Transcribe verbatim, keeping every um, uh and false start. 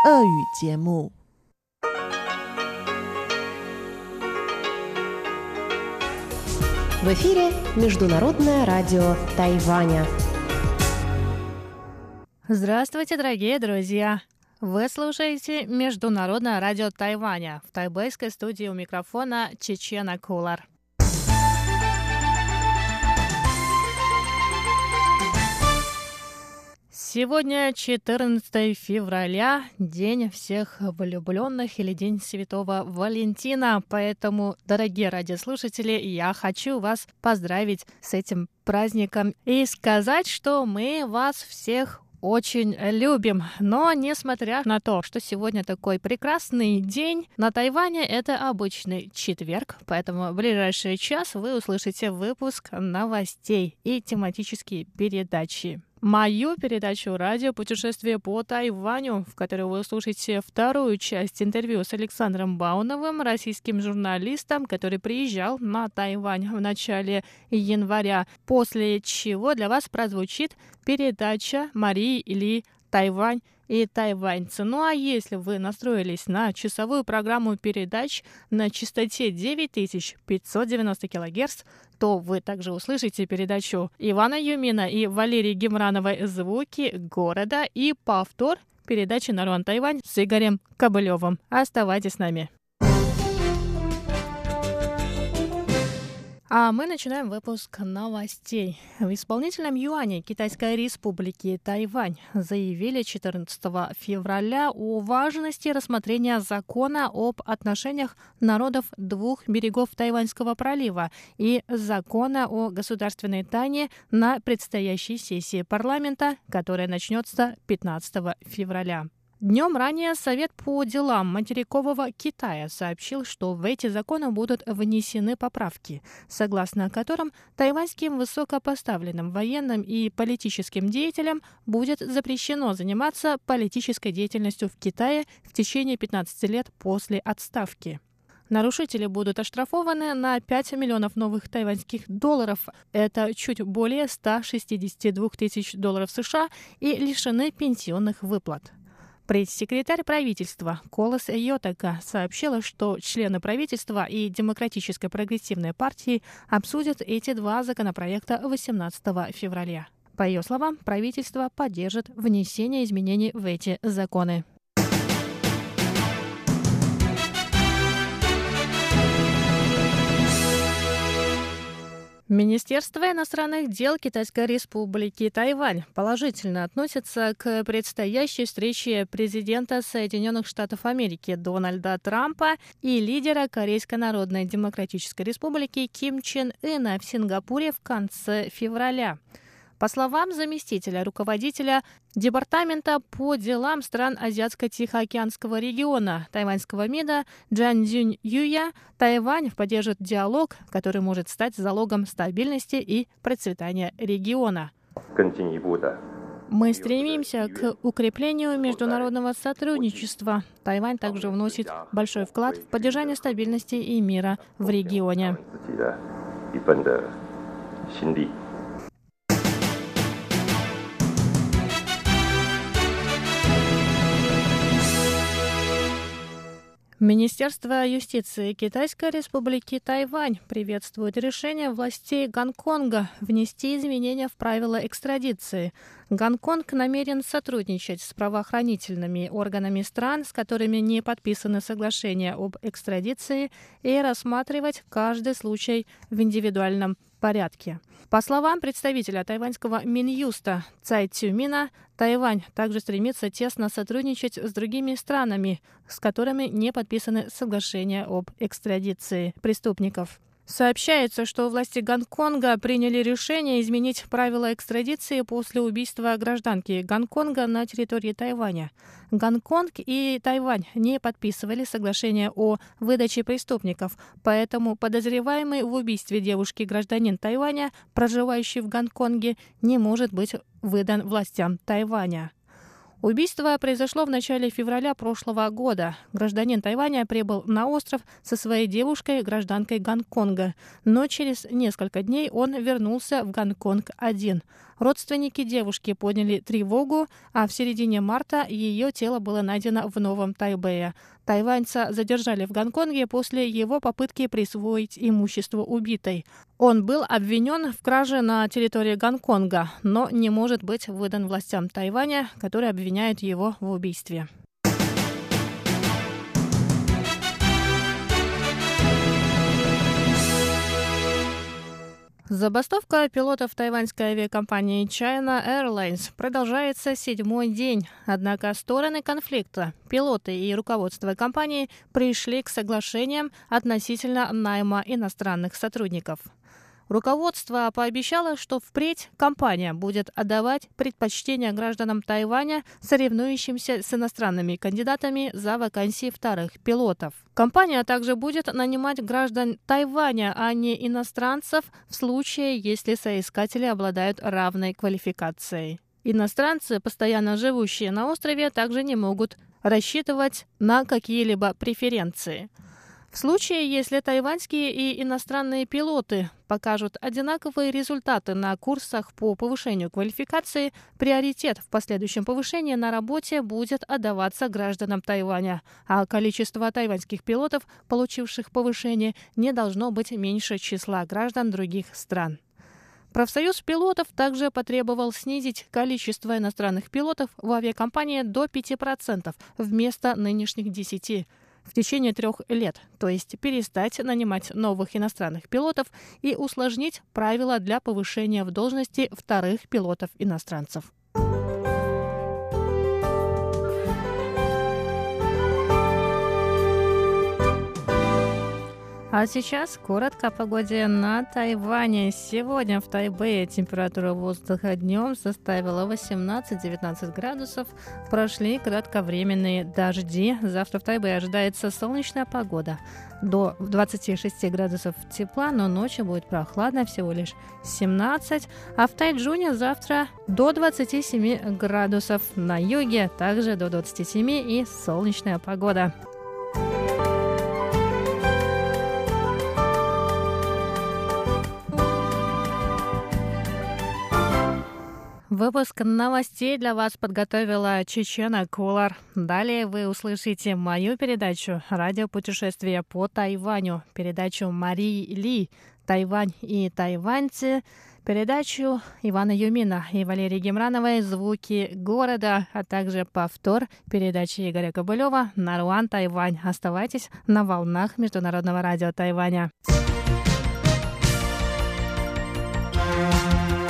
俄语节目。 В эфире Международное радио Тайваня. Здравствуйте, дорогие друзья! Вы слушаете Международное радио Тайваня. В тайбэйской студии у микрофона Чечена Кулар. Сегодня четырнадцатое февраля, день всех влюбленных или день Святого Валентина. Поэтому, дорогие радиослушатели, я хочу вас поздравить с этим праздником и сказать, что мы вас всех очень любим. Но несмотря на то, что сегодня такой прекрасный день, на Тайване это обычный четверг, поэтому в ближайший час вы услышите выпуск новостей и тематические передачи. Мою передачу «Радио путешествие по Тайваню», в которой вы услышите вторую часть интервью с Александром Бауновым, российским журналистом, который приезжал на Тайвань в начале января, после чего для вас прозвучит передача Марии Ли «Тайвань и тайваньцы». Ну а если вы настроились на часовую программу передач на частоте девять тысяч пятьсот девяносто килогерц, то вы также услышите передачу Ивана Юмина и Валерии Гемрановой «Звуки города» и повтор передачи «Нарон Тайвань» с Игорем Кобылевым. Оставайтесь с нами. А мы начинаем выпуск новостей. В исполнительном юане Китайской республики Тайвань заявили четырнадцатого февраля о важности рассмотрения закона об отношениях народов двух берегов Тайваньского пролива и закона о государственной тайне на предстоящей сессии парламента, которая начнется пятнадцатого февраля. Днем ранее Совет по делам материкового Китая сообщил, что в эти законы будут внесены поправки, согласно которым тайваньским высокопоставленным военным и политическим деятелям будет запрещено заниматься политической деятельностью в Китае в течение пятнадцати лет после отставки. Нарушители будут оштрафованы на пять миллионов новых тайваньских долларов, это чуть более ста шестидесяти двух тысяч долларов США, и лишены пенсионных выплат. Пресс-секретарь правительства Колос Йотака сообщила, что члены правительства и Демократической прогрессивной партии обсудят эти два законопроекта восемнадцатого февраля. По ее словам, правительство поддержит внесение изменений в эти законы. Министерство иностранных дел Китайской республики Тайвань положительно относится к предстоящей встрече президента Соединенных Штатов Америки Дональда Трампа и лидера Корейской Народной Демократической Республики Ким Чен Ына в Сингапуре в конце февраля. По словам заместителя руководителя Департамента по делам стран Азиатско-Тихоокеанского региона тайваньского МИДа Джан Цзюнь Юя, Тайвань поддержит диалог, который может стать залогом стабильности и процветания региона. Мы стремимся к укреплению международного сотрудничества. Тайвань также вносит большой вклад в поддержание стабильности и мира в регионе. Министерство юстиции Китайской республики Тайвань приветствует решение властей Гонконга внести изменения в правила экстрадиции. Гонконг намерен сотрудничать с правоохранительными органами стран, с которыми не подписаны соглашения об экстрадиции, и рассматривать каждый случай в индивидуальном порядке. По словам представителя тайваньского Минюста Цай Цюмина, Тайвань также стремится тесно сотрудничать с другими странами, с которыми не подписаны соглашения об экстрадиции преступников. Сообщается, что власти Гонконга приняли решение изменить правила экстрадиции после убийства гражданки Гонконга на территории Тайваня. Гонконг и Тайвань не подписывали соглашение о выдаче преступников, поэтому подозреваемый в убийстве девушки гражданин Тайваня, проживающий в Гонконге, не может быть выдан властям Тайваня. Убийство произошло в начале февраля прошлого года. Гражданин Тайваня прибыл на остров со своей девушкой, гражданкой Гонконга, но через несколько дней он вернулся в Гонконг один. Родственники девушки подняли тревогу, а в середине марта ее тело было найдено в Новом Тайбэе. Тайваньца задержали в Гонконге после его попытки присвоить имущество убитой. Он был обвинен в краже на территории Гонконга, но не может быть выдан властям Тайваня, которые обвиняют его в убийстве. Забастовка пилотов тайваньской авиакомпании China Airlines продолжается седьмой день. Однако стороны конфликта, пилоты и руководство компании, пришли к соглашениям относительно найма иностранных сотрудников. Руководство пообещало, что впредь компания будет отдавать предпочтение гражданам Тайваня, соревнующимся с иностранными кандидатами за вакансии вторых пилотов. Компания также будет нанимать граждан Тайваня, а не иностранцев, в случае, если соискатели обладают равной квалификацией. Иностранцы, постоянно живущие на острове, также не могут рассчитывать на какие-либо преференции. В случае, если тайваньские и иностранные пилоты покажут одинаковые результаты на курсах по повышению квалификации, приоритет в последующем повышении на работе будет отдаваться гражданам Тайваня, а количество тайваньских пилотов, получивших повышение, не должно быть меньше числа граждан других стран. Профсоюз пилотов также потребовал снизить количество иностранных пилотов в авиакомпании до пяти процентов вместо нынешних десяти процентов в течение трех лет, то есть перестать нанимать новых иностранных пилотов и усложнить правила для повышения в должности вторых пилотов-иностранцев. А сейчас коротко о погоде на Тайване. Сегодня в Тайбэе температура воздуха днем составила восемнадцать-девятнадцать градусов. Прошли кратковременные дожди. Завтра в Тайбэе ожидается солнечная погода. До двадцати шести градусов тепла, но ночью будет прохладно, всего лишь семнадцать. А в Тайчжуне завтра до двадцати семи градусов. На юге также до двадцати семи и солнечная погода. Выпуск новостей для вас подготовила Чечена Кулар. Далее вы услышите мою передачу «Радиопутешествие по Тайваню», передачу Марии Ли «Тайвань и тайваньцы», передачу Ивана Юмина и Валерии Гемрановой «Звуки города», а также повтор передачи Игоря Кобылева «Наруан, Тайвань». Оставайтесь на волнах Международного радио Тайваня.